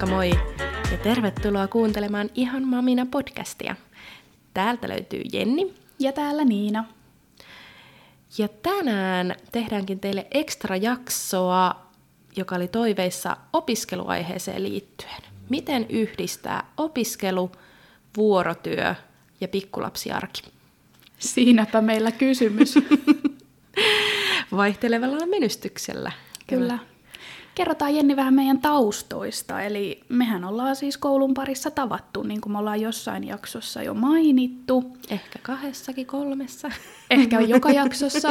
Moikka moi ja tervetuloa kuuntelemaan Ihan Mamina podcastia. Täältä löytyy Jenni. Ja täällä Niina. Ja tänään tehdäänkin teille ekstra jaksoa, joka oli toiveissa opiskeluaiheeseen liittyen. Miten yhdistää opiskelu, vuorotyö ja pikkulapsiarki? Siinäpä meillä kysymys. Vaihtelevalla menestyksellä. Kyllä. Kerrotaan Jenni vähän meidän taustoista. Eli mehän ollaan siis koulun parissa tavattu, niin kuin me ollaan jossain jaksossa jo mainittu. Ehkä 2-3. Ehkä joka jaksossa.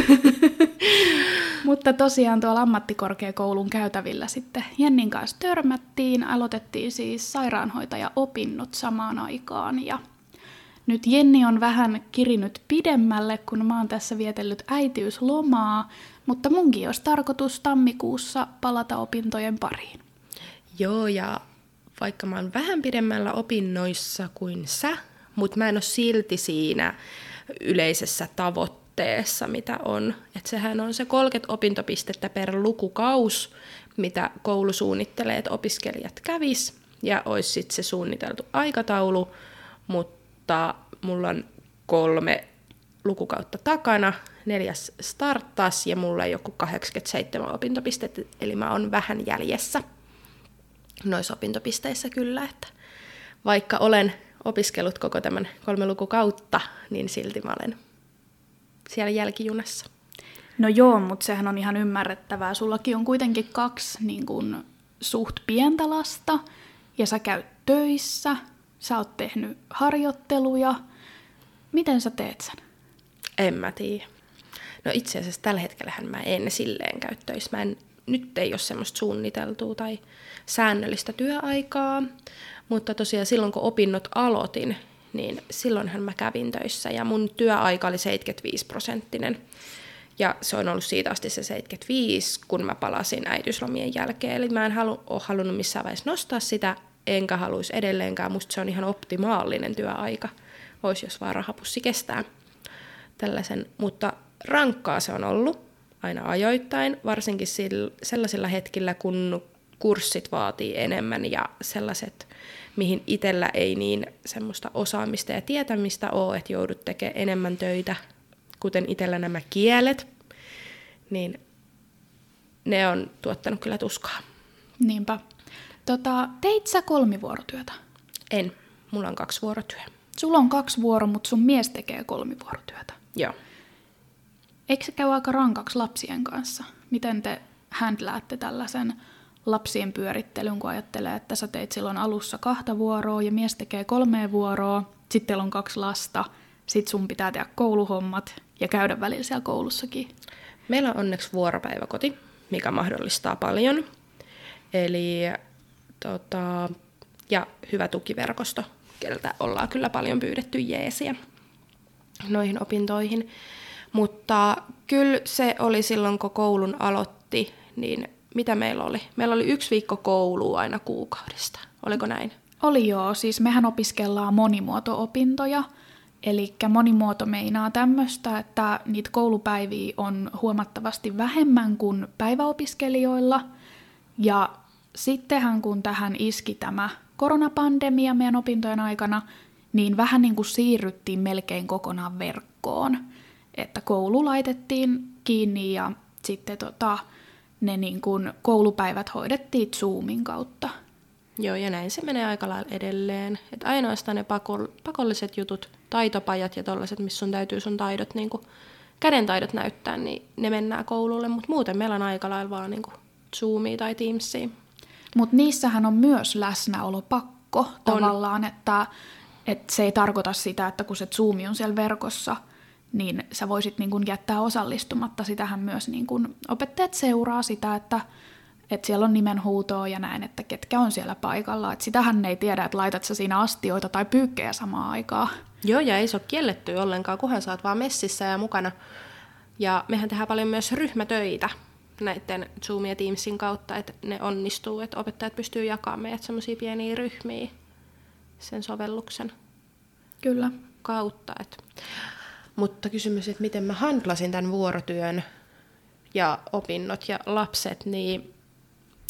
Mutta tosiaan tuolla ammattikorkeakoulun käytävillä sitten Jennin kanssa törmättiin. Aloitettiin siis sairaanhoitajaopinnot samaan aikaan. Ja nyt Jenni on vähän kirinyt pidemmälle, kun mä oon tässä vietellyt äitiyslomaa. Mutta munkin olisi tarkoitus tammikuussa palata opintojen pariin. Joo, ja vaikka mä oon vähän pidemmällä opinnoissa kuin sä, mutta mä en ole silti siinä yleisessä tavoitteessa, mitä on. Että sehän on se 30 opintopistettä per lukukaus, mitä koulu suunnittelee, että opiskelijat kävis. Ja olisi sitten se suunniteltu aikataulu, mutta mulla on 3 lukukautta takana, 4 starttas ja mulla on joku 87 opintopistettä, eli mä oon vähän jäljessä noissa opintopisteissä kyllä, että vaikka olen opiskellut koko tämän 3 lukukautta, niin silti mä olen siellä jälkijunassa. No joo, mutta sehän on ihan ymmärrettävää. Sullakin on kuitenkin 2 niin kun, suht pientä lasta ja sä käyt töissä, sä oot tehnyt harjoitteluja. Miten sä teet sen? En mä tiedä. No itse asiassa tällä hetkellähän mä en silleen käy töissä. Nyt ei ole semmoista suunniteltua tai säännöllistä työaikaa, mutta tosiaan silloin kun opinnot aloitin, niin silloinhan mä kävin töissä ja mun työaika oli 75%. Ja se on ollut siitä asti se 75, kun mä palasin äitiyslomien jälkeen. Eli mä en ole halunnut missään vaiheessa nostaa sitä, enkä haluaisi edelleenkään. Musta se on ihan optimaalinen työaika. Olisi, jos vaan rahapussi kestää tällaisen, mutta rankkaa se on ollut aina ajoittain, varsinkin sellaisilla hetkillä, kun kurssit vaatii enemmän ja sellaiset, mihin itsellä ei niin semmoista osaamista ja tietämistä ole, että joudut tekemään enemmän töitä, kuten itsellä nämä kielet, niin ne on tuottanut kyllä tuskaa. Niinpä. Teit sä 3-vuorotyötä? En. Mulla on 2 vuorotyö. Sulla on 2 vuoro, mutta sun mies tekee 3-vuorotyötä. Joo. Eikö se käy aika rankaksi lapsien kanssa? Miten te handlaatte tällaisen lapsien pyörittelyn, kun ajattelee, että sä teit silloin alussa 2 vuoroa ja mies tekee 3 vuoroa, sitten teillä on 2 lasta, sitten sun pitää tehdä kouluhommat ja käydä välillä siellä koulussakin? Meillä on onneksi vuoropäiväkoti, mikä mahdollistaa paljon. Eli ja hyvä tukiverkosto, keltä ollaan kyllä paljon pyydetty jeesiä noihin opintoihin. Mutta kyllä se oli silloin, kun koulun aloitti, niin mitä meillä oli? Meillä oli 1 viikko koulua aina kuukaudesta. Oliko näin? Oli joo, siis mehän opiskellaan monimuoto-opintoja. Eli monimuoto meinaa tämmöistä, että niitä koulupäiviä on huomattavasti vähemmän kuin päiväopiskelijoilla. Ja sittenhän kun tähän iski tämä koronapandemia meidän opintojen aikana, niin vähän niin kuin siirryttiin melkein kokonaan verkkoon. Että koulu laitettiin kiinni ja sitten ne niin kuin koulupäivät hoidettiin Zoomin kautta. Joo, ja näin se menee aika lailla edelleen. Että ainoastaan ne pakolliset jutut, taitopajat ja tollaiset, missä sun täytyy sun taidot, niin kuin kädentaidot näyttää, niin ne mennään koululle. Mutta muuten meillä on aika lailla vaan niin kuin Zoomia tai Teamsia. Mutta niissähän on myös läsnäolopakko tavallaan, että se ei tarkoita sitä, että kun se Zoom on siellä verkossa, niin sä voisit niin kun jättää osallistumatta. Sitähän myös niin kun opettajat seuraa sitä, että siellä on nimenhuutoa ja näin, että ketkä on siellä paikalla. Että sitähän ne ei tiedä, että laitat sä siinä astioita tai pyykkejä samaan aikaan. Joo, ja ei se ole kielletty ollenkaan, kunhan sä oot vaan messissä ja mukana. Ja mehän tehdään paljon myös ryhmätöitä näiden Zoom ja Teamsin kautta, että ne onnistuu, että opettajat pystyy jakamaan meidät semmoisia pieniä ryhmiä sen sovelluksen Kyllä. kautta. Mutta kysymys, että miten mä handlasin tämän vuorotyön ja opinnot ja lapset, niin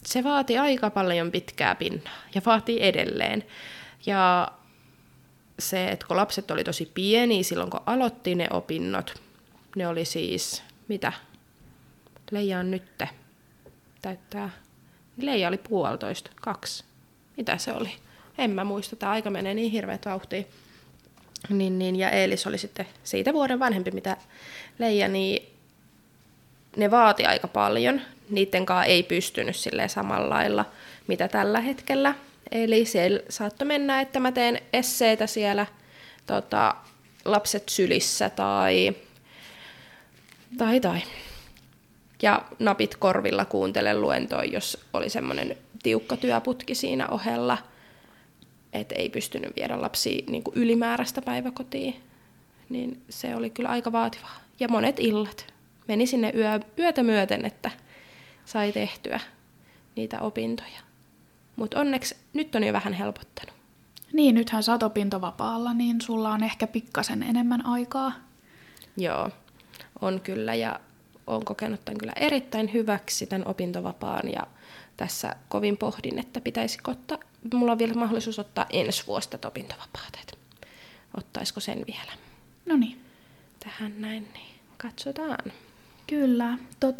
se vaati aika paljon pitkää pinnaa ja vaatii edelleen. Ja se, että kun lapset oli tosi pieniä silloin, kun aloitti ne opinnot, ne oli siis, mitä? Leija on nytte. Täyttää. Leija oli 1,5, 2. Mitä se oli? En mä muista, tämä aika menee niin hirveät vauhtiin. Ja Eelis oli sitten siitä vuoden vanhempi, mitä Leija, niin ne vaati aika paljon. Niittenkaan ei pystynyt silleen samalla lailla, mitä tällä hetkellä. Eli siellä saattoi mennä, että mä teen esseitä siellä lapset sylissä tai. Ja napit korvilla kuuntelen luentoa, jos oli semmoinen tiukka työputki siinä ohella, että ei pystynyt viedä lapsia niin kuin ylimääräistä päiväkotiin. Niin se oli kyllä aika vaativaa. Ja monet illat meni sinne yötä myöten, että sai tehtyä niitä opintoja. Mutta onneksi nyt on jo vähän helpottanut. Niin, nythän sä oot opintovapaalla, niin sulla on ehkä pikkasen enemmän aikaa. Joo, on kyllä ja olen kokenut tämän kyllä erittäin hyväksi tämän opintovapaan ja tässä kovin pohdin, että pitäisikö ottaa, mulla on vielä mahdollisuus ottaa ensi vuosta opintovapaata, että ottaisiko sen vielä. No niin. Tähän näin, niin katsotaan. Kyllä.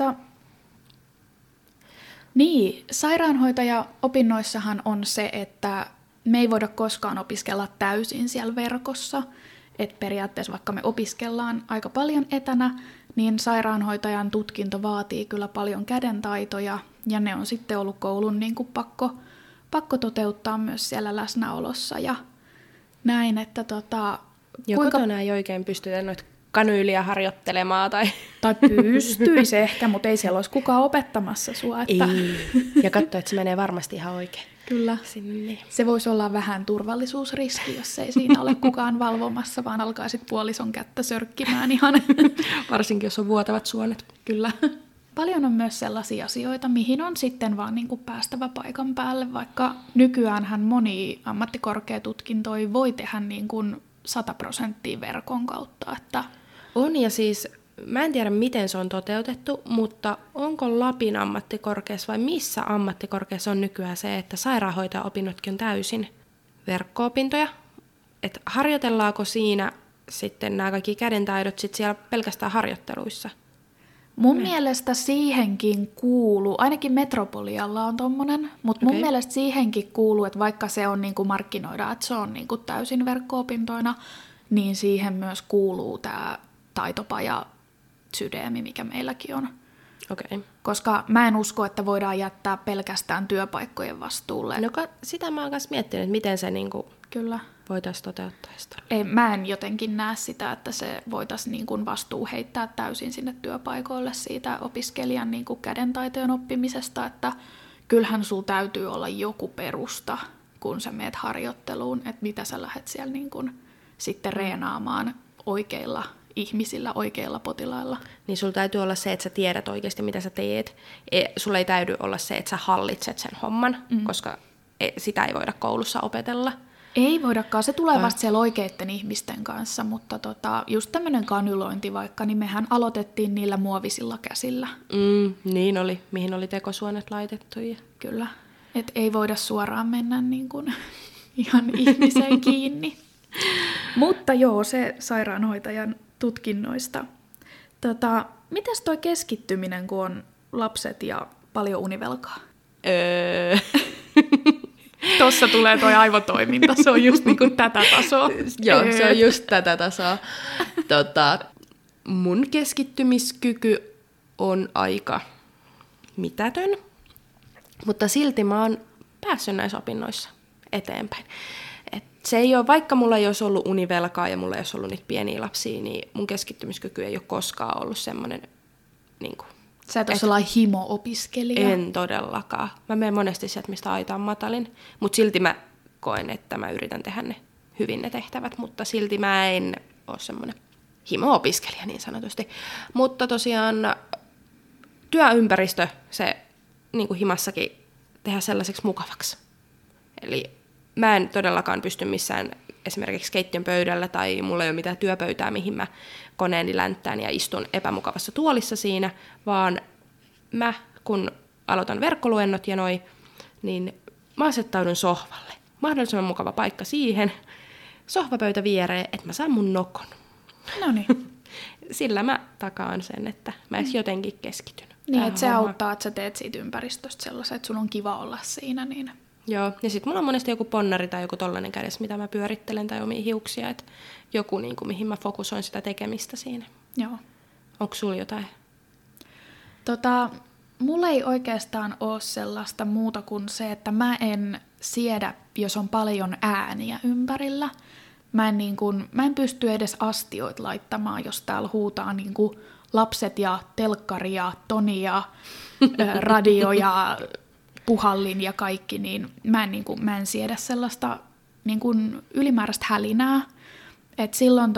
Niin, sairaanhoitaja-opinnoissahan on se, että me ei voida koskaan opiskella täysin siellä verkossa. Että periaatteessa vaikka me opiskellaan aika paljon etänä, niin sairaanhoitajan tutkinto vaatii kyllä paljon kädentaitoja, ja ne on sitten ollut koulun niin kuin pakko toteuttaa myös siellä läsnäolossa ja näin, että kotona ei oikein pystytä noita kanyyliä harjoittelemaan Tai pystyisi ehkä, mutta ei siellä olisi kukaan opettamassa sua. Että. Ei. Ja katso, että se menee varmasti ihan oikein. Kyllä. Sinne. Se voisi olla vähän turvallisuusriski, jos ei siinä ole kukaan valvomassa, vaan alkaa sitten puolison kättä sörkkimään ihan. Varsinkin, jos on vuotavat suonet. Kyllä. Paljon on myös sellaisia asioita, mihin on sitten vaan niin kuin päästävä paikan päälle, vaikka nykyäänhän moni ammattikorkeatutkintoja voi tehdä niin kuin 100% verkon kautta. Että. On, ja siis mä en tiedä miten se on toteutettu, mutta onko Lapin ammattikorkeassa vai missä ammattikorkeassa on nykyään se, että sairaanhoitaja-opinnotkin on täysin verkko-opintoja? Että harjoitellaanko siinä sitten nämä kaikki kädentaidot sit siellä pelkästään harjoitteluissa? Mun mielestä siihenkin kuuluu, ainakin Metropolialla on tommonen, mutta mun mielestä siihenkin kuuluu, että vaikka se on niinku markkinoida, että se on niinku täysin verkko-opintoina, niin siihen myös kuuluu tämä taitopaja systeemi, mikä meilläkin on. Okay. Koska mä en usko, että voidaan jättää pelkästään työpaikkojen vastuulle. No sitä mä oon myös miettinyt, että miten se niinku Kyllä. voitaisiin toteuttaa sitä. Mä en jotenkin näe sitä, että se voitaisiin niin kuin vastuu heittää täysin sinne työpaikoille siitä opiskelijan niin kuin kädentaitojen oppimisesta, että kyllähän sulla täytyy olla joku perusta, kun sä meet harjoitteluun, että mitä sä lähdet siellä niin kuin sitten reenaamaan oikeilla ihmisillä, oikeilla potilailla. Niin sulla täytyy olla se, että sä tiedät oikeasti, mitä sä teet. Sulla ei täydy olla se, että sä hallitset sen homman, koska sitä ei voida koulussa opetella. Ei voidakaan, se tulee vasta siellä oikeiden ihmisten kanssa, mutta just tämmöinen kanylointi vaikka, niin mehän aloitettiin niillä muovisilla käsillä. Niin oli, mihin oli tekosuonet laitettu. Ja. Kyllä, et ei voida suoraan mennä niin kuin ihan ihmiseen kiinni. Mutta joo, se sairaanhoitajan tutkinnoista. Mitäs toi keskittyminen, kun on lapset ja paljon univelkaa? Tossa tulee toi aivotoiminta, se on just niinku tätä tasoa. Joo, se on just tätä tasoa. Mun keskittymiskyky on aika mitätön, mutta silti mä oon päässyt näissä opinnoissa eteenpäin. Et se ei ole, vaikka mulla ei olisi ollut univelkaa ja mulla ei olisi ollut niitä pieniä lapsia, niin mun keskittymiskyky ei ole koskaan ollut semmoinen niin kuin. Sä et ole sellainen himo-opiskelija. En todellakaan. Mä menen monesti sieltä, mistä aita on matalin, mutta silti mä koen, että mä yritän tehdä ne hyvin ne tehtävät, mutta silti mä en ole semmoinen himo-opiskelija niin sanotusti. Mutta tosiaan työympäristö, se niin kuin himassakin tehdä sellaiseksi mukavaksi. Eli mä en todellakaan pysty missään esimerkiksi keittiön pöydällä tai mulla ei ole mitään työpöytää, mihin mä koneeni länttään ja istun epämukavassa tuolissa siinä, vaan mä kun aloitan verkkoluennot ja niin mä asettaudun sohvalle. Mahdollisimman mukava paikka siihen. Sohvapöytä viereen, että mä saan mun nokon. Noniin. Sillä mä takaan sen, että mä edes jotenkin keskityn. Niin, että se auttaa, että sä teet siitä ympäristöstä sellaisen, että sun on kiva olla siinä. Niin. Joo, ja sitten mulla on monesti joku ponnari tai joku tollainen kädessä, mitä mä pyörittelen tai omia hiuksia, että joku, niin kuin, mihin mä fokusoin sitä tekemistä siinä. Joo. Onko sulla jotain? Mulla ei oikeastaan ole sellaista muuta kuin se, että mä en siedä, jos on paljon ääniä ympärillä. Mä en pysty edes astioita laittamaan, jos täällä huutaa niin kuin lapset ja telkkari ja Toni ja radio ja puhallin ja kaikki, niin mä en siedä sellaista niin kuin ylimääräistä hälinää. Et silloin,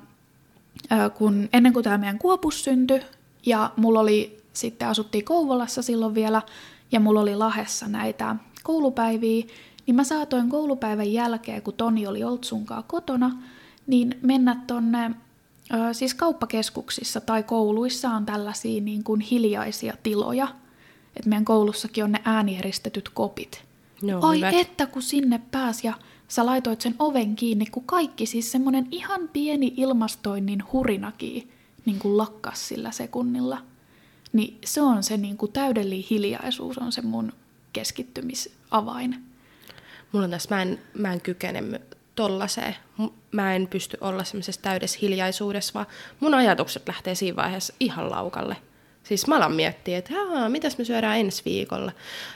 ennen kuin tämä meidän Kuopus syntyi, ja mulla oli, sitten asuttiin Kouvolassa silloin vielä, ja mulla oli Lahdessa näitä koulupäiviä, niin mä saatoin koulupäivän jälkeen, kun Toni oli Oltsunkaan kotona, niin mennä tonne, siis kauppakeskuksissa tai kouluissa on tällaisia niin kuin hiljaisia tiloja, että meidän koulussakin on ne äänieristetyt kopit. No, ai hyvät. että kun sinne pääsi ja sä laitoit sen oven kiinni, kun kaikki siis semmoinen ihan pieni ilmastoinnin hurinakin niin kuin lakkas sillä sekunnilla. Niin se on se niin kuin täydellinen hiljaisuus, on se mun keskittymisavain. Mulla on tässä, mä en kykene tollaiseen. Mä en pysty olla semmoisessa täydessä hiljaisuudessa, vaan mun ajatukset lähtee siinä vaiheessa ihan laukalle. Siis mä alan miettiä, että mitäs me syödään ensi viikolla?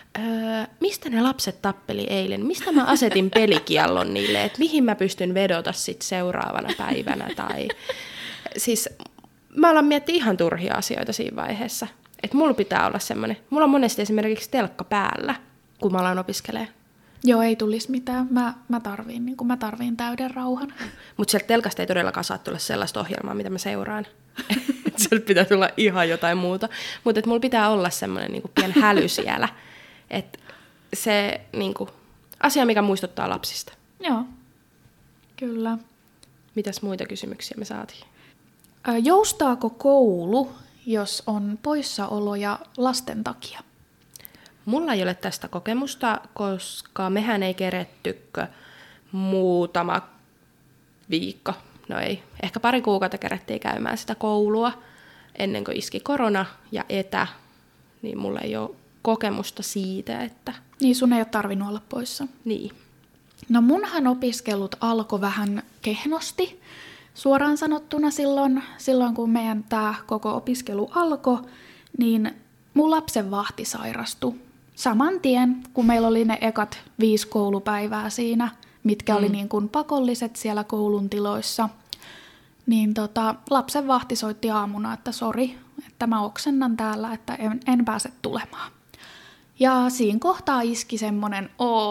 Mistä ne lapset tappeli eilen? Mistä mä asetin pelikiellon niille? Että mihin mä pystyn vedota sit seuraavana päivänä? Tai siis mä alan miettiä ihan turhia asioita siinä vaiheessa. Että mulla pitää olla semmoinen. Mulla on monesti esimerkiksi telkka päällä, kun mä alan opiskelemaan. Joo, ei tulisi mitään. Mä tarviin täyden rauhan. Mutta sieltä telkasta ei todellakaan saa tulla sellaista ohjelmaa, mitä mä seuraan. Sieltä pitää tulla ihan jotain muuta. Mutta mulla pitää olla semmoinen niinku pien häly siellä. Että se niinku, asia, mikä muistuttaa lapsista. Joo, kyllä. Mitäs muita kysymyksiä me saatiin? Joustaako koulu, jos on poissaoloja lasten takia? Mulla ei ole tästä kokemusta, koska mehän ei kerettykö muutama viikko. No ei, ehkä pari kuukautta kerettiin käymään sitä koulua ennen kuin iski korona ja niin mulla ei ole kokemusta siitä, että... Niin, sun ei ole tarvinnut olla poissa. Niin. No munhan opiskelut alkoi vähän kehnosti, suoraan sanottuna silloin kun meidän tämä koko opiskelu alkoi, niin mun lapsenvahti sairastui saman tien, kun meillä oli ne ekat 5 koulupäivää siinä, mitkä oli niin kuin pakolliset siellä koulun tiloissa. Niin lapsenvahti soitti aamuna, että sori, että mä oksennan täällä, että en pääse tulemaan. Ja siinä kohtaa iski semmonen,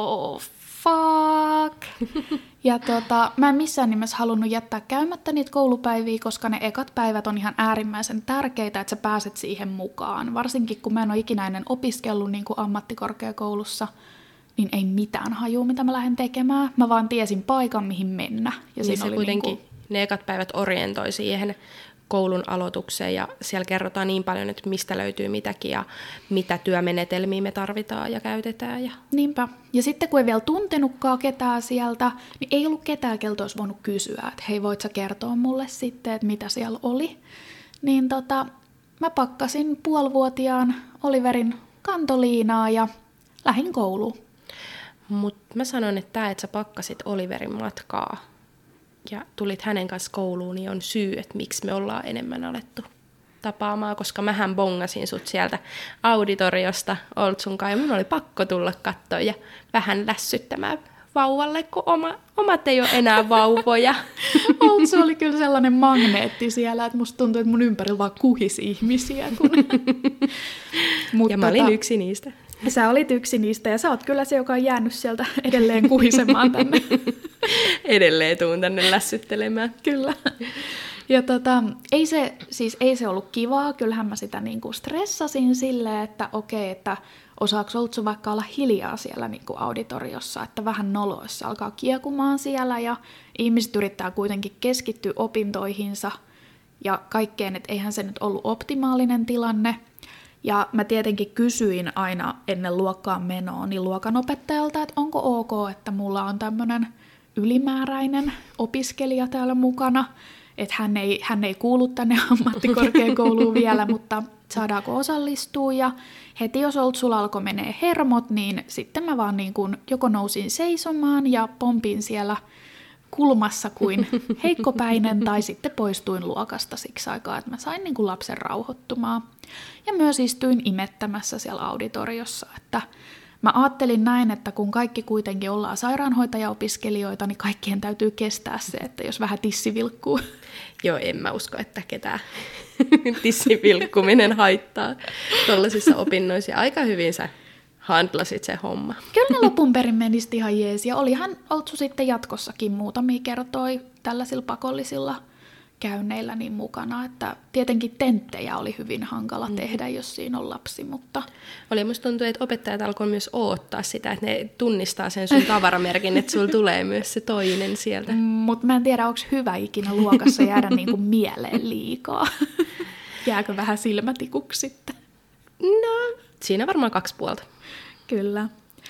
fuck. Ja mä en missään nimessä halunnut jättää käymättä niitä koulupäiviä, koska ne ekat päivät on ihan äärimmäisen tärkeitä, että sä pääset siihen mukaan. Varsinkin kun mä en ole ikinäinen opiskellut niin kuin ammattikorkeakoulussa, niin ei mitään hajua, mitä mä lähden tekemään. Mä vaan tiesin paikan, mihin mennä. Ja niin se oli kuitenkin ne ekat päivät orientoi siihen koulun aloitukseen ja siellä kerrotaan niin paljon, että mistä löytyy mitäkin ja mitä työmenetelmiä me tarvitaan ja käytetään. Niinpä. Ja sitten kun ei vielä tuntenutkaan ketään sieltä, niin ei ollut ketään, keltä olisi voinut kysyä, että hei, voit sä kertoa mulle sitten, että mitä siellä oli. Niin mä pakkasin puolivuotiaan Oliverin kantoliinaa ja lähdin kouluun. Mutta mä sanon, että sä pakkasit Oliverin matkaa ja tulit hänen kanssa kouluun, niin on syy, että miksi me ollaan enemmän alettu tapaamaan, koska mähän bongasin sut sieltä auditoriosta Oltsunkaan ja mun oli pakko tulla katsoa ja vähän lässyttämään vauvalle, kun omat ei ole enää vauvoja. Oltsu oli kyllä sellainen magneetti siellä, että musta tuntui, että mun ympärillä vaan kuhisi ihmisiä. Ja mä olin yksi niistä. Sä olit yksi niistä ja sä oot kyllä se, joka on jäänyt sieltä edelleen kuhisemaan tänne. Edelleen tuun tänne lässyttelemään. Kyllä. Ja ei se ollut kivaa. Kyllähän mä sitä niinku stressasin silleen, että okei, että osaako Oltsu vaikka olla hiljaa siellä niinku auditoriossa, että vähän noloissa alkaa kiekumaan siellä ja ihmiset yrittää kuitenkin keskittyä opintoihinsa ja kaikkeen, että eihän se nyt ollut optimaalinen tilanne. Ja mä tietenkin kysyin aina ennen luokkaan menoa niin luokanopettajalta, että onko ok, että mulla on tämmöinen ylimääräinen opiskelija täällä mukana, että hän ei kuulu tänne ammattikorkeakouluun vielä, mutta saadaanko osallistua. Ja heti jos Oltsulla alkoi menee hermot, niin sitten mä vaan niin kuin joko nousin seisomaan ja pompin siellä kulmassa kuin heikkopäinen, tai sitten poistuin luokasta siksi aikaa, että mä sain niin kuin lapsen rauhoittumaan. Ja myös istuin imettämässä siellä auditoriossa, että mä ajattelin näin, että kun kaikki kuitenkin ollaan sairaanhoitajaopiskelijoita, niin kaikkien täytyy kestää se, että jos vähän tissi vilkkuu. Joo, en mä usko, että ketään tissivilkkuminen haittaa tuollaisissa opinnoissa. Aika hyvin sä handlasit se homma. Kyllä ne lopun perin menisi ihan jees. Ja olihan Oltsu sitten jatkossakin muutamia kertoi tällaisilla pakollisilla käynneillä niin mukana, että tietenkin tenttejä oli hyvin hankala tehdä, jos siinä on lapsi, mutta... Musta tuntuu, että opettajat alkoi myös odottaa sitä, että ne tunnistaa sen sun tavaramerkin, että sulla tulee myös se toinen sieltä. Mutta mä en tiedä, onko hyvä ikinä luokassa jäädä niinku mieleen liikaa. Jääkö vähän silmätikuksi sitten? No, siinä varmaan 2 puolta. Kyllä.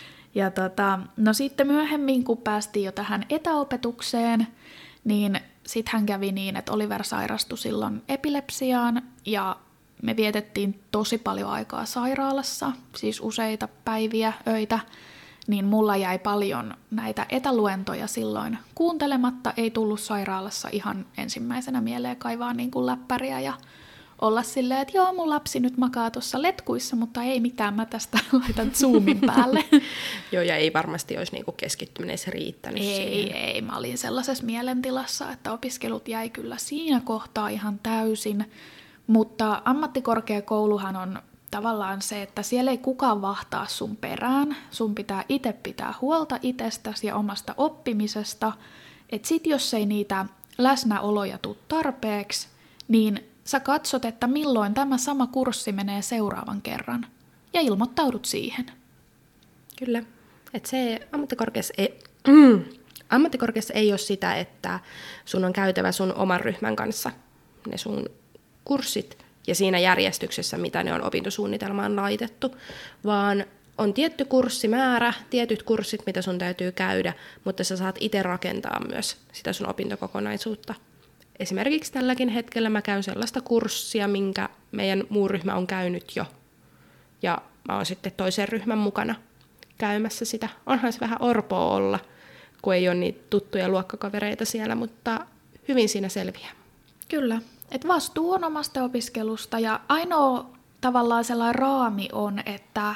Ja no sitten myöhemmin, kun päästiin jo tähän etäopetukseen, niin sitten hän kävi niin, että Oliver sairastui silloin epilepsiaan ja me vietettiin tosi paljon aikaa sairaalassa, siis useita päiviä, öitä, niin mulla jäi paljon näitä etäluentoja silloin kuuntelematta, ei tullut sairaalassa ihan ensimmäisenä mieleen kaivaa niin kuin läppäriä ja olla silleen, että joo, mun lapsi nyt makaa tuossa letkuissa, mutta ei mitään, mä tästä laitan Zoomin päälle. Joo, ja ei varmasti olisi niinku keskittyminen edes riittänyt siihen. Ei, mä olin sellaisessa mielentilassa, että opiskelut jäi kyllä siinä kohtaa ihan täysin, mutta ammattikorkeakouluhan on tavallaan se, että siellä ei kukaan vahtaa sun perään, sun pitää itse pitää huolta itsestäsi ja omasta oppimisesta, että sit jos ei niitä läsnäoloja tule tarpeeksi, niin sä katsot, että milloin tämä sama kurssi menee seuraavan kerran, ja ilmoittaudut siihen. Kyllä. Että se ammattikorkeassa ei ole sitä, että sun on käytävä sun oman ryhmän kanssa ne sun kurssit ja siinä järjestyksessä, mitä ne on opintosuunnitelmaan laitettu, vaan on tietty kurssimäärä, tietyt kurssit, mitä sun täytyy käydä, mutta sä saat itse rakentaa myös sitä sun opintokokonaisuutta. Esimerkiksi tälläkin hetkellä mä käyn sellaista kurssia, minkä meidän muu ryhmä on käynyt jo. Ja mä oon sitten toisen ryhmän mukana käymässä sitä. Onhan se vähän orpoa olla, kun ei ole niitä tuttuja luokkakavereita siellä, mutta hyvin siinä selviää. Kyllä. Et vastuu on omasta opiskelusta ja ainoa tavallaan sellainen raami on, että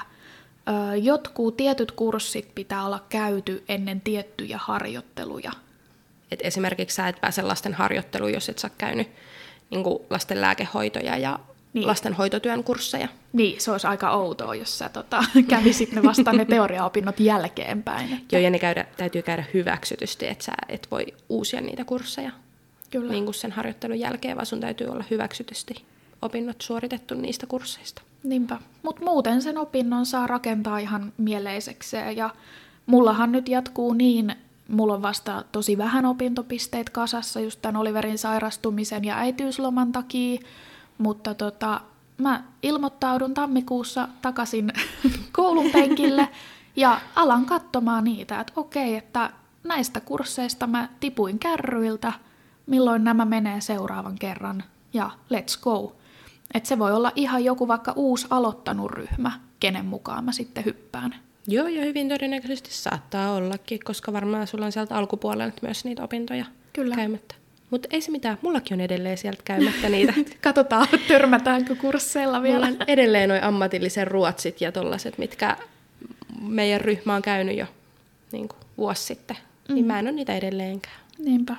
jotkut tietyt kurssit pitää olla käyty ennen tiettyjä harjoitteluja. Et esimerkiksi sä et pääse lasten harjoitteluun, jos et sä käynyt niin kuin lasten lääkehoitoja ja lastenhoitotyön kursseja. Niin, se olisi aika outoa, jos sä kävisit ne vastaan ne teoriaopinnot jälkeenpäin. Että... Joo, ja ne täytyy käydä hyväksytysti, että sä et voi uusia niitä kursseja. Kyllä. Niin kuin sen harjoittelun jälkeen, vaan sun täytyy olla hyväksytysti opinnot suoritettu niistä kursseista. Niinpä, mutta muuten sen opinnon saa rakentaa ihan mieleisekseen ja mullahan nyt jatkuu niin, mulla on vasta tosi vähän opintopisteet kasassa just tämän Oliverin sairastumisen ja äitiysloman takia, mutta mä ilmoittaudun tammikuussa takaisin koulun penkille ja alan katsomaan niitä, että okei, että näistä kursseista mä tipuin kärryiltä, milloin nämä menee seuraavan kerran ja let's go. Että se voi olla ihan joku vaikka uusi aloittanut ryhmä, kenen mukaan mä sitten hyppään. Joo, ja hyvin todennäköisesti saattaa ollakin, koska varmaan sulla on sieltä alkupuolelta myös niitä opintoja käymättä. Mutta ei se mitään, mullakin on edelleen sieltä käymättä niitä. Katsotaan, törmätäänkö kursseilla vielä. Mulla on edelleen noi ammatillisen ruotsit ja tollaset, mitkä meidän ryhmä on käynyt jo niin kuin vuosi sitten. Niin mä en ole niitä edelleenkään. Niinpä.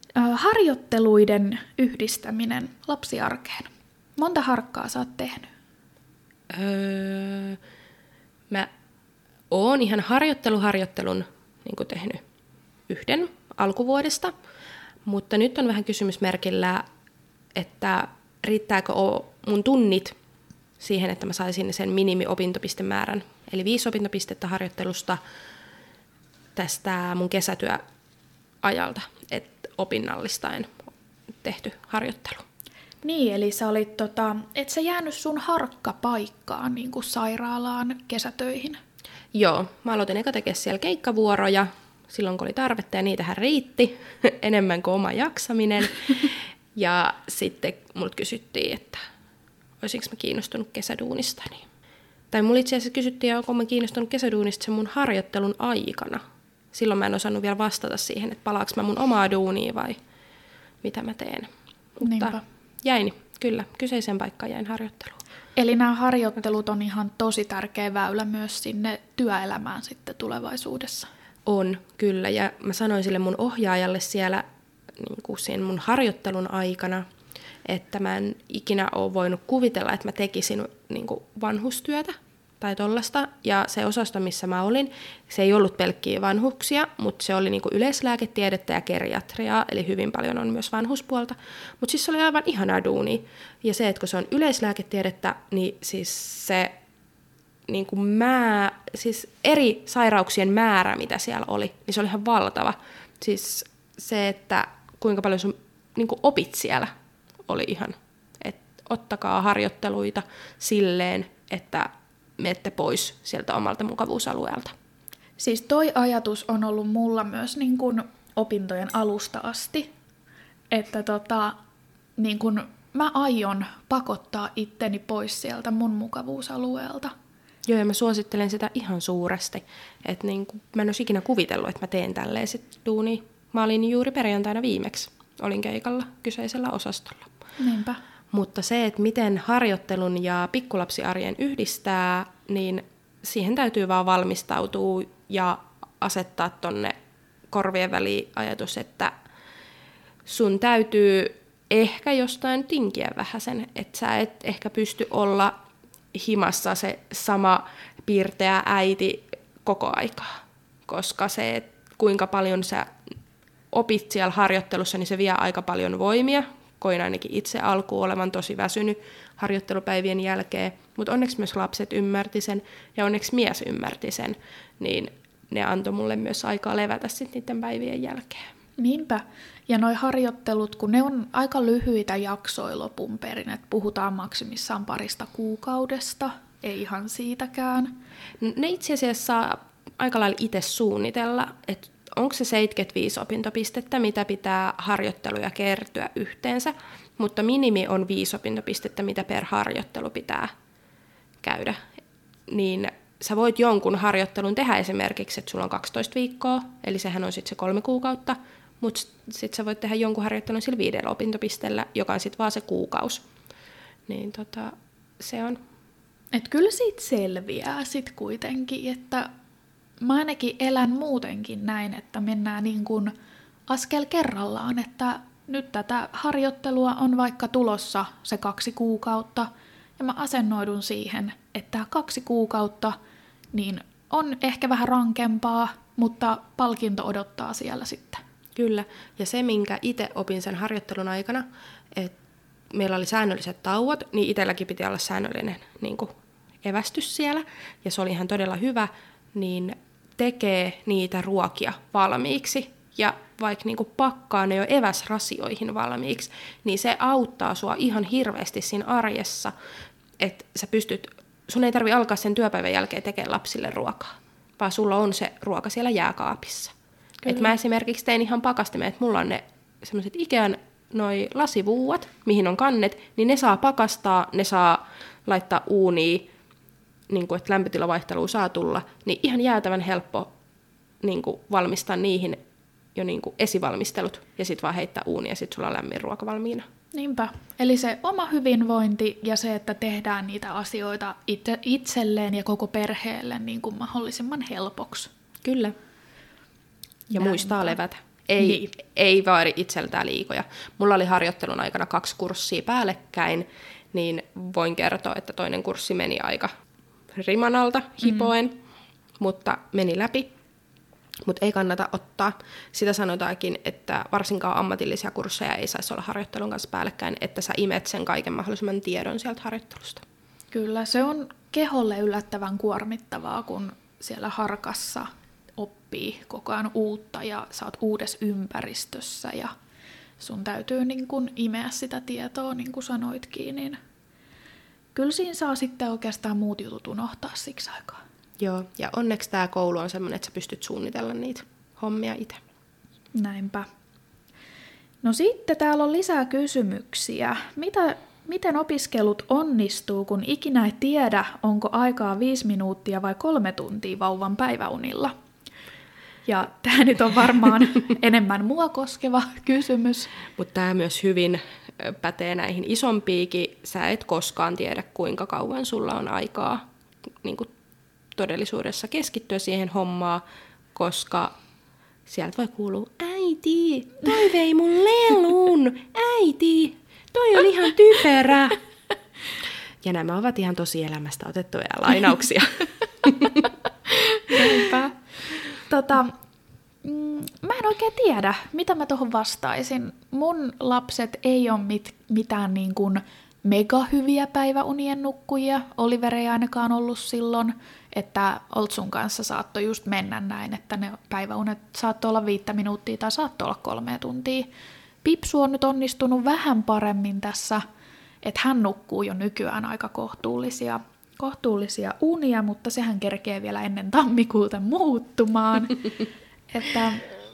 Harjoitteluiden yhdistäminen lapsiarkeen. Monta harkkaa sä oot tehnyt? Mä oon ihan harjoittelun niin kuin tehnyt yhden alkuvuodesta, mutta nyt on vähän kysymysmerkillä, että riittääkö mun tunnit siihen, että mä saisin sen minimi-opintopistemäärän, eli 5 opintopistettä harjoittelusta tästä mun kesätyöajalta, että opinnallistaen tehty harjoittelu. Niin, eli sä olit, et sä jäänyt sun harkkapaikkaan niin kuin sairaalaan kesätöihin? Joo, mä aloitin eka tekemään siellä keikkavuoroja, silloin kun oli tarvetta ja niitähän riitti enemmän kuin oma jaksaminen. Ja sitten multa kysyttiin, että olisinko mä kiinnostunut kesäduunista. Tai mulla itse asiassa kysyttiin, onko mä kiinnostunut kesäduunista sen mun harjoittelun aikana. Silloin mä en osannut vielä vastata siihen, että palaaks mä mun omaa duunia vai mitä mä teen. Mutta jäin, kyllä, kyseiseen paikkaan jäin harjoitteluun. Eli nämä harjoittelut on ihan tosi tärkeä väylä myös sinne työelämään sitten tulevaisuudessa. On, kyllä. Ja mä sanoin sille mun ohjaajalle siellä niin kuin siinä mun harjoittelun aikana, että mä en ikinä ole voinut kuvitella, että mä tekisin niin kuin vanhustyötä tai tollasta. Ja se osasto, missä mä olin, se ei ollut pelkkiä vanhuksia, mutta se oli niin kuin yleislääketiedettä ja geriatriaa, eli hyvin paljon on myös vanhuspuolta. Mutta siis se oli aivan ihanaa duunia. Ja se, että kun se on yleislääketiedettä, niin siis se niin kuin siis eri sairauksien määrä, mitä siellä oli, niin se oli ihan valtava. Siis se, että kuinka paljon sun niin kuin opit siellä, oli ihan, että ottakaa harjoitteluita silleen, että menette pois sieltä omalta mukavuusalueelta. Siis toi ajatus on ollut mulla myös niin kuin opintojen alusta asti, että niin kuin mä aion pakottaa itteni pois sieltä mun mukavuusalueelta. Joo, ja mä suosittelen sitä ihan suuresti, että niin kuin, mä en olisi ikinä kuvitellut, että mä teen tälleen sit duunia. Mä olin juuri perjantaina viimeksi, olin keikalla kyseisellä osastolla. Niinpä. Mutta se, että miten harjoittelun ja pikkulapsiarjen yhdistää, niin siihen täytyy vaan valmistautua ja asettaa tonne korvien väliin ajatus, että sun täytyy ehkä jostain tinkiä vähäsen, että sä et ehkä pysty olla himassa se sama piirteä äiti koko aikaa, koska se, että kuinka paljon sä opit siellä harjoittelussa, niin se vie aika paljon voimia. Koin ainakin itse alkuun olevan tosi väsynyt harjoittelupäivien jälkeen, mutta onneksi myös lapset ymmärti sen ja onneksi mies ymmärti sen, niin ne antoi mulle myös aikaa levätä sitten niiden päivien jälkeen. Niinpä. Ja noi harjoittelut, kun ne on aika lyhyitä jaksoja lopun perin, että puhutaan maksimissaan parista kuukaudesta, ei ihan siitäkään. Ne itse asiassa saa aika lailla itse suunnitella, että onko se 75 opintopistettä, mitä pitää harjoitteluja kertyä yhteensä, mutta minimi on 5 opintopistettä, mitä per harjoittelu pitää käydä. Niin sä voit jonkun harjoittelun tehdä esimerkiksi, että sulla on 12 viikkoa, eli sehän on sitten se 3 kuukautta, mutta sitten sä voit tehdä jonkun harjoittelun sillä 5 opintopisteellä, joka on sitten vaan se kuukausi. Niin se on. Et kyllä siitä selviää sitten kuitenkin, että mä ainakin elän muutenkin näin, että mennään niin kuin askel kerrallaan, että nyt tätä harjoittelua on vaikka tulossa se 2 kuukautta, ja mä asennoidun siihen, että 2 kuukautta niin on ehkä vähän rankempaa, mutta palkinto odottaa siellä sitten. Kyllä, ja se minkä itse opin sen harjoittelun aikana, että meillä oli säännölliset tauot, niin itselläkin piti olla säännöllinen niin kuin evästys siellä, ja se oli ihan todella hyvä, niin tekee niitä ruokia valmiiksi ja vaikka niinku pakkaa ne jo eväsrasioihin valmiiksi, niin se auttaa sua ihan hirveästi siinä arjessa, että sä pystyt, sun ei tarvitse alkaa sen työpäivän jälkeen tekemään lapsille ruokaa, vaan sulla on se ruoka siellä jääkaapissa. Et mä esimerkiksi tein ihan pakastimeen, että mulla on ne semmoiset Ikean noi lasivuuat, mihin on kannet, niin ne saa pakastaa, ne saa laittaa uuniin, niin kuin, että lämpötilavaihtelua saa tulla, niin ihan jäätävän helppo niin kuin, valmistaa niihin jo niin kuin, esivalmistelut ja sitten vaan heittää uuni ja sitten sulla on lämmin ruoka valmiina. Niinpä. Eli se oma hyvinvointi ja se, että tehdään niitä asioita itselleen ja koko perheelle niin kuin mahdollisimman helpoksi. Kyllä. Ja muistaa levätä. Ei vaadi itseltään liikoja. Mulla oli harjoittelun aikana 2 kurssia päällekkäin, niin voin kertoa, että toinen kurssi meni aika rimanalta hipoen, mutta meni läpi. Mutta ei kannata ottaa. Sitä sanotaankin, että varsinkaan ammatillisia kursseja ei saisi olla harjoittelun kanssa päällekkäin, että sä imet sen kaiken mahdollisimman tiedon sieltä harjoittelusta. Kyllä, se on keholle yllättävän kuormittavaa, kun siellä harkassa oppii koko ajan uutta ja sä oot uudessa ympäristössä ja sun täytyy niin kun imeä sitä tietoa, niin kuin sanoitkin, niin kyllä siinä saa sitten oikeastaan muut jutut unohtaa siksi aikaa. Joo, ja onneksi tämä koulu on semmoinen, että sä pystyt suunnitella niitä hommia itse. Näinpä. No sitten täällä on lisää kysymyksiä. Miten opiskelut onnistuu, kun ikinä ei tiedä, onko aikaa 5 minuuttia vai 3 tuntia vauvan päiväunilla? Ja tämä nyt on varmaan enemmän mua koskeva kysymys. Mutta tämä myös hyvin pätee näihin isompiikin. Sä et koskaan tiedä, kuinka kauan sulla on aikaa niin kuin todellisuudessa keskittyä siihen hommaan, koska sieltä voi kuulua, äiti, toi vei mun lelun, äiti, toi on ihan typerä. Ja nämä ovat ihan tosielämästä otettuja lainauksia. Näinpä. Mä en oikein tiedä, mitä mä tuohon vastaisin. Mun lapset ei ole mitään niin kuin mega hyviä päiväunien nukkujia. Oliver ei ainakaan ollut silloin, että Oltsun kanssa saattoi just mennä näin, että ne päiväunet saattoi olla 5 minuuttia tai saattoi olla 3 tuntia. Pipsu on nyt onnistunut vähän paremmin tässä, että hän nukkuu jo nykyään aika kohtuullisia unia, mutta sehän kerkee vielä ennen tammikuuta muuttumaan. Että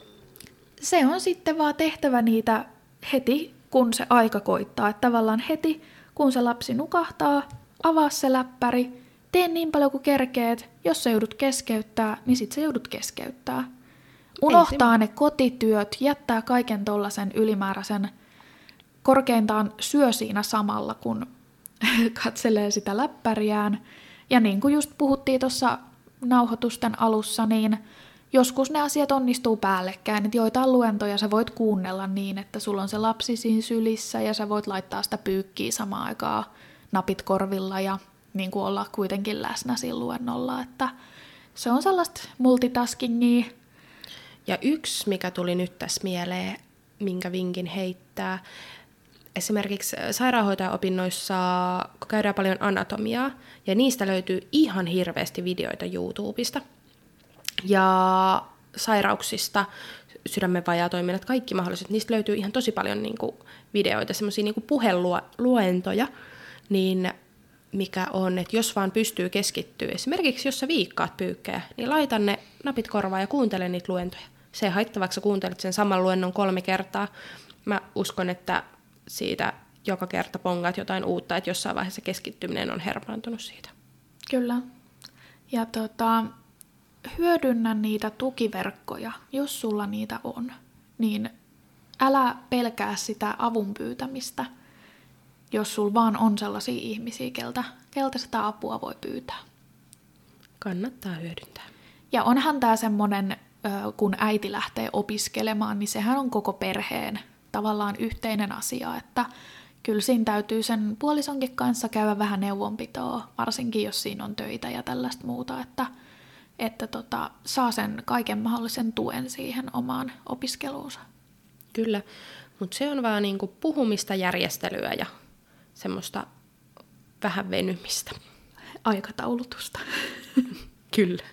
se on sitten vaan tehtävä niitä heti, kun se aika koittaa. Että tavallaan heti, kun se lapsi nukahtaa, avaa se läppäri, tee niin paljon kuin kerkeet. Jos sä joudut keskeyttää, niin sit sä joudut keskeyttää. Unohtaa ne kotityöt, jättää kaiken tollasen ylimääräisen, korkeintaan syö siinä samalla, kun katselee sitä läppäriään. Ja niin kuin just puhuttiin tuossa nauhoitusten alussa, niin joskus ne asiat onnistuu päällekkäin, että joitain luentoja sä voit kuunnella niin, että sulla on se lapsi siinä sylissä ja sä voit laittaa sitä pyykkiä samaan aikaan napit korvilla ja niin kuin olla kuitenkin läsnä siinä luennolla, että se on sellaista multitaskingia. Ja yksi, mikä tuli nyt tässä mieleen, minkä vinkin heittää, esimerkiksi sairaanhoitajaopinnoissa, kun käydään paljon anatomiaa, ja niistä löytyy ihan hirveästi videoita YouTubesta, ja sairauksista, sydämen vajaatoiminnat, kaikki mahdolliset, niistä löytyy ihan tosi paljon niin kuin videoita, semmoisia niin kuin puheluentoja, niin mikä on, että jos vaan pystyy keskittyä, esimerkiksi jos sä viikkaat pyykkejä, niin laita ne napit korvaan ja kuuntele niitä luentoja. Se ei haittaa, vaikka sä kuuntelet sen saman luennon 3 kertaa. Mä uskon, että siitä joka kerta pongaat jotain uutta, että jossain vaiheessa keskittyminen on herpaantunut siitä. Kyllä. Ja hyödynnä niitä tukiverkkoja, jos sulla niitä on. Niin älä pelkää sitä avun pyytämistä, jos sulla vaan on sellaisia ihmisiä, keltä sitä apua voi pyytää. Kannattaa hyödyntää. Ja onhan tämä semmoinen, kun äiti lähtee opiskelemaan, niin sehän on koko perheen tavallaan yhteinen asia, että kyllä siinä täytyy sen puolisonkin kanssa käydä vähän neuvonpitoa, varsinkin jos siinä on töitä ja tällaista muuta, että saa sen kaiken mahdollisen tuen siihen omaan opiskeluunsa. Kyllä, mutta se on vaan niinku puhumista, järjestelyä ja semmoista vähän venymistä. Aikataulutusta. Kyllä.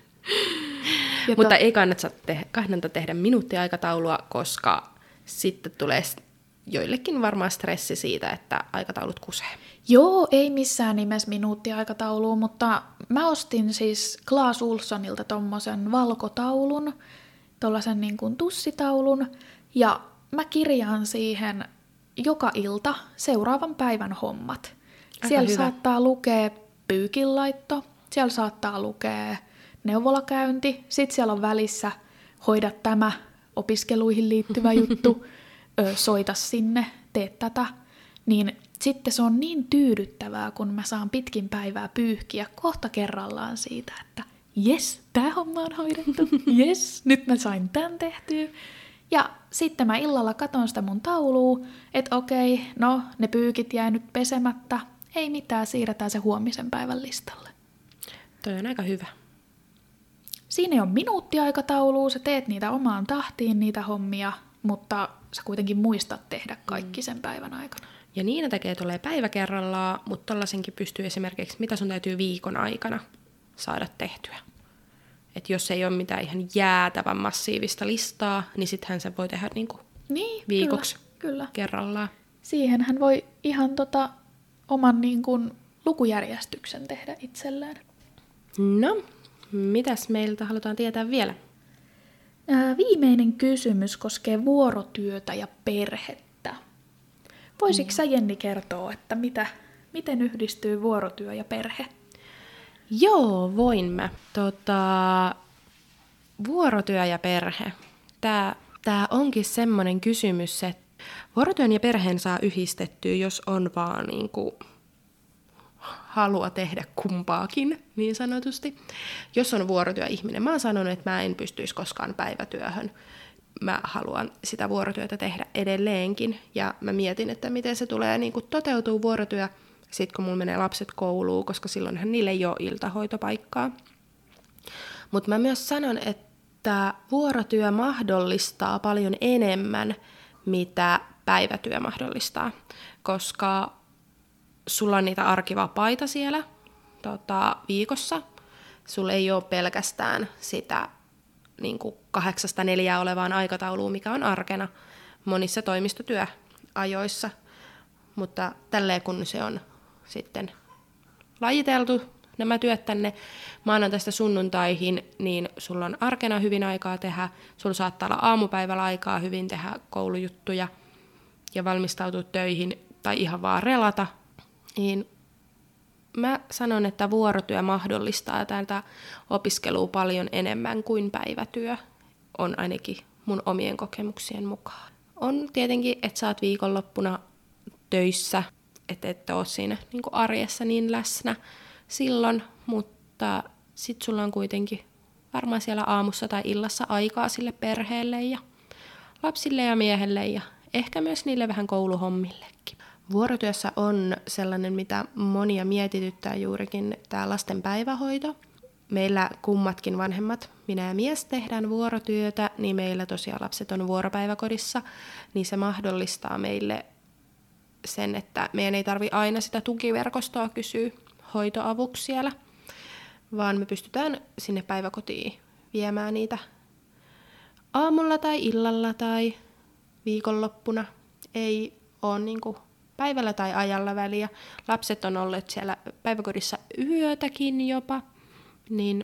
Mutta ei kannata tehdä minuuttiaikataulua, koska sitten tulee joillekin varmaan stressi siitä, että aikataulut kusee. Joo, ei missään nimessä minuuttiaikataulua, mutta mä ostin siis Clas Ohlsonilta tommosen valkotaulun, tollasen niin kuin tussitaulun, ja mä kirjaan siihen joka ilta seuraavan päivän hommat. Siellä saattaa lukea pyykinlaitto, siellä saattaa lukea neuvolakäynti, sitten siellä on välissä hoida tämä opiskeluihin liittyvä juttu, soita sinne, tee tätä, niin sitten se on niin tyydyttävää, kun mä saan pitkin päivää pyyhkiä kohta kerrallaan siitä, että jes, tää homma on hoidettu, jes, nyt mä sain tän tehtyä. Ja sitten mä illalla katon sitä mun taulua, että okei, no ne pyykit jäi nyt pesemättä, ei mitään, siirretään se huomisen päivän listalle. Toi on aika hyvä. Siinä ei ole minuuttiaikataulua, sä teet niitä omaan tahtiin niitä hommia, mutta sä kuitenkin muistat tehdä kaikki sen päivän aikana. Ja Niina tulee päivä kerrallaan, mutta tollaisenkin pystyy esimerkiksi, mitä sun täytyy viikon aikana saada tehtyä. Että jos ei ole mitään ihan jäätävän massiivista listaa, niin sittenhän se voi tehdä niin, viikoksi. Kyllä. kerrallaan. Siihen hän voi ihan oman niin kuin lukujärjestyksen tehdä itselleen. No, mitäs meiltä halutaan tietää vielä? Viimeinen kysymys koskee vuorotyötä ja perhettä. Voisitko sä, Jenni, kertoa, että miten yhdistyy vuorotyö ja perhe? Joo, voin mä. Vuorotyö ja perhe. Tää onkin semmoinen kysymys, että vuorotyön ja perheen saa yhdistettyä, jos on vaan niinku halua tehdä kumpaakin, niin sanotusti. Jos on vuorotyöihminen, mä oon sanonut, että mä en pystyisi koskaan päivätyöhön. Mä haluan sitä vuorotyötä tehdä edelleenkin, ja mä mietin, että miten se tulee niinku toteutuu vuorotyö, sit kun mulla menee lapset kouluun, koska silloinhan niille ei ole iltahoitopaikkaa. Mutta mä myös sanon, että vuorotyö mahdollistaa paljon enemmän, mitä päivätyö mahdollistaa, koska sulla on niitä arkivapaita siellä viikossa. Sulla ei ole pelkästään sitä niin 8-4 olevaan aikatauluun, mikä on arkena monissa toimistotyöajoissa. Mutta tälleen kun se on sitten lajiteltu nämä työt tänne maanantaista sunnuntaihin, niin sulla on arkena hyvin aikaa tehdä. Sulla saattaa olla aamupäivällä aikaa hyvin tehdä koulujuttuja ja valmistautua töihin tai ihan vaan relata. Niin mä sanon, että vuorotyö mahdollistaa tätä opiskelua paljon enemmän kuin päivätyö on ainakin mun omien kokemuksien mukaan. On tietenkin, että sä oot viikonloppuna töissä, että et ole siinä niin kuin arjessa niin läsnä silloin, mutta sit sulla on kuitenkin varmaan siellä aamussa tai illassa aikaa sille perheelle ja lapsille ja miehelle ja ehkä myös niille vähän kouluhommillekin. Vuorotyössä on sellainen, mitä monia mietityttää juurikin tämä lasten päivähoito. Meillä kummatkin vanhemmat, minä ja mies, tehdään vuorotyötä, niin meillä tosiaan lapset on vuoropäiväkodissa, niin se mahdollistaa meille sen, että meidän ei tarvitse aina sitä tukiverkostoa kysyä hoitoavuksi siellä, vaan me pystytään sinne päiväkotiin viemään niitä aamulla tai illalla tai viikonloppuna. Ei ole niinku päivällä tai ajalla väliä. Lapset on olleet siellä päiväkodissa yötäkin jopa, niin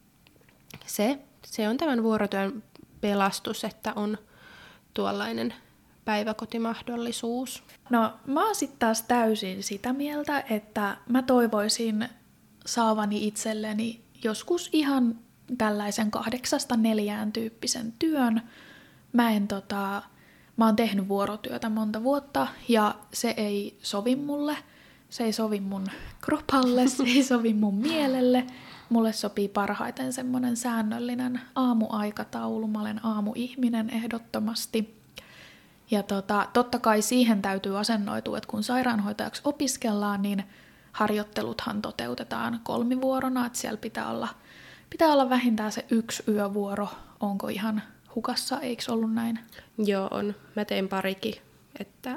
se on tämän vuorotyön pelastus, että on tuollainen päiväkotimahdollisuus. No mä oon sitten taas täysin sitä mieltä, että mä toivoisin saavani itselleni joskus ihan tällaisen 8-4 tyyppisen työn. Mä oon tehnyt vuorotyötä monta vuotta ja se ei sovi mulle. Se ei sovi mun kropalle, se ei sovi mun mielelle. Mulle sopii parhaiten semmoinen säännöllinen aamuaikataulu. Mä olen aamuihminen ehdottomasti. Ja totta kai siihen täytyy asennoitua, että kun sairaanhoitajaksi opiskellaan, niin harjoitteluthan toteutetaan 3-vuorona, että siellä pitää olla vähintään se 1 yövuoro. Onko ihan hukassa, eikö ollut näin? Joo, on. Mä tein parikin, että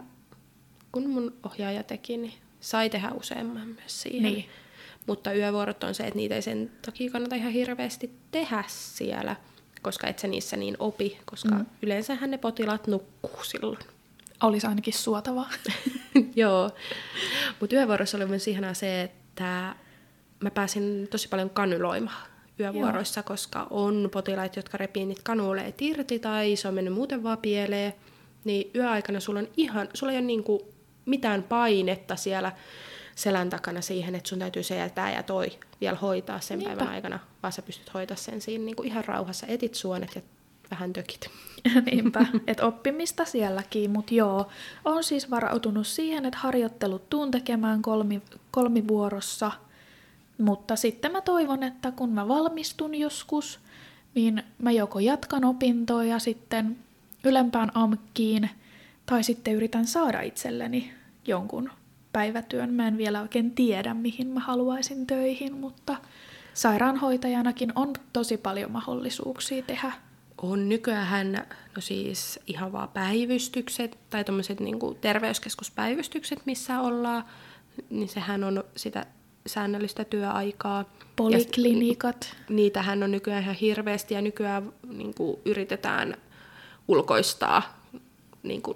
kun mun ohjaaja teki, niin sai tehdä useamman myös siihen. Niin. Mutta yövuorot on se, että niitä ei sen takia kannata ihan hirveästi tehdä siellä, koska et sä niissä niin opi, koska yleensähän ne potilaat nukkuu silloin. Olisi ainakin suotavaa. Joo, mutta yövuorossa oli myös ihanaa se, että mä pääsin tosi paljon kanyloimaan yövuoroissa, koska on potilaita, jotka repii niitä kanuleet irti tai se on mennyt muuten vaan pieleen, niin yöaikana sulla ei ole niinku mitään painetta siellä selän takana siihen, että sun täytyy se ja tää ja toi vielä hoitaa sen päivän aikana, vaan sä pystyt hoitaa sen siinä niinku ihan rauhassa, etit suonet ja vähän tökit. Niinpä, että oppimista sielläkin, mutta joo, on siis varautunut siihen, että harjoittelut tuun tekemään kolmivuorossa, mutta sitten mä toivon, että kun mä valmistun joskus, niin mä joko jatkan opintoja sitten ylempään AMKkiin, tai sitten yritän saada itselleni jonkun päivätyön. Mä en vielä oikein tiedä, mihin mä haluaisin töihin, mutta sairaanhoitajanakin on tosi paljon mahdollisuuksia tehdä. On nykyään, no siis ihan vaan päivystykset tai tommoset niinku terveyskeskuspäivystykset, missä ollaan, niin sehän on sitä säännöllistä työaikaa. Poliklinikat. Niitähän on nykyään ihan hirveästi ja nykyään niinku yritetään ulkoistaa niinku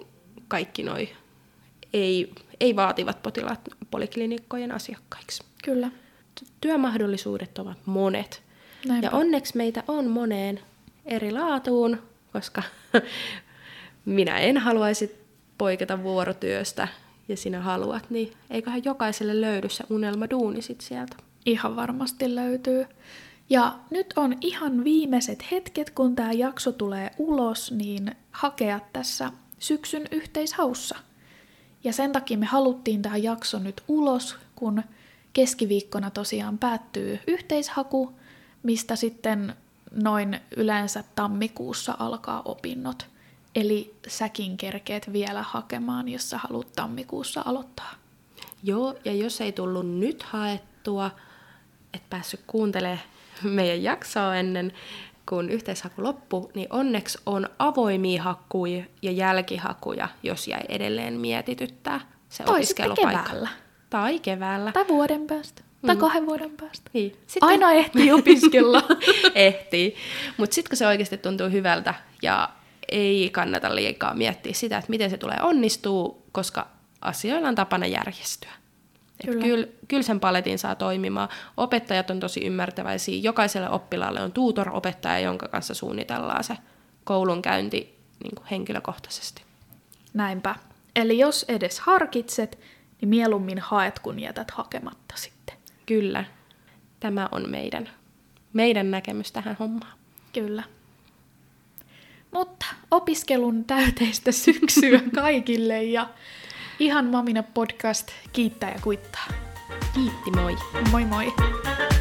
kaikki noi ei vaativat potilaat poliklinikkojen asiakkaiksi. Kyllä. Työmahdollisuudet ovat monet. Näinpä. Ja onneksi meitä on moneen eri laatuun, koska minä en haluaisi poiketa vuorotyöstä ja sinä haluat, niin eiköhän jokaiselle löydy se unelmaduuni sit sieltä. Ihan varmasti löytyy. Ja nyt on ihan viimeiset hetket, kun tämä jakso tulee ulos, niin hakea tässä syksyn yhteishaussa. Ja sen takia me haluttiin tämä jakso nyt ulos, kun keskiviikkona tosiaan päättyy yhteishaku, mistä sitten noin yleensä tammikuussa alkaa opinnot. Eli säkin kerkeet vielä hakemaan, jos sä haluat tammikuussa aloittaa. Joo, ja jos ei tullut nyt haettua, et päässyt kuuntelemaan meidän jaksoa ennen kuin yhteishaku loppui, niin onneksi on avoimia hakuja ja jälkihakuja, jos jäi edelleen mietityttää se Tai opiskelupaikka. sitten keväällä. Tai keväällä. Tai vuoden päästä. Tai 2 vuoden päästä. Niin. Sitten Aina ehtii opiskella. ehtii. Mutta sitten kun se oikeasti tuntuu hyvältä ja ei kannata liikaa miettiä sitä, että miten se tulee onnistuu, koska asioilla on tapana järjestyä. Kyllä sen paletin saa toimimaan. Opettajat on tosi ymmärtäväisiä. Jokaiselle oppilaalle on tutor-opettaja, jonka kanssa suunnitellaan se koulunkäynti niin kuin henkilökohtaisesti. Näinpä. Eli jos edes harkitset, niin mieluummin haet, kun jätät hakematta sitten. Kyllä. Tämä on meidän näkemys tähän hommaan. Kyllä. Mutta opiskelun täyteistä syksyä kaikille ja Ihan Mamina podcast kiittää ja kuittaa. Kiitti, moi! Moi moi!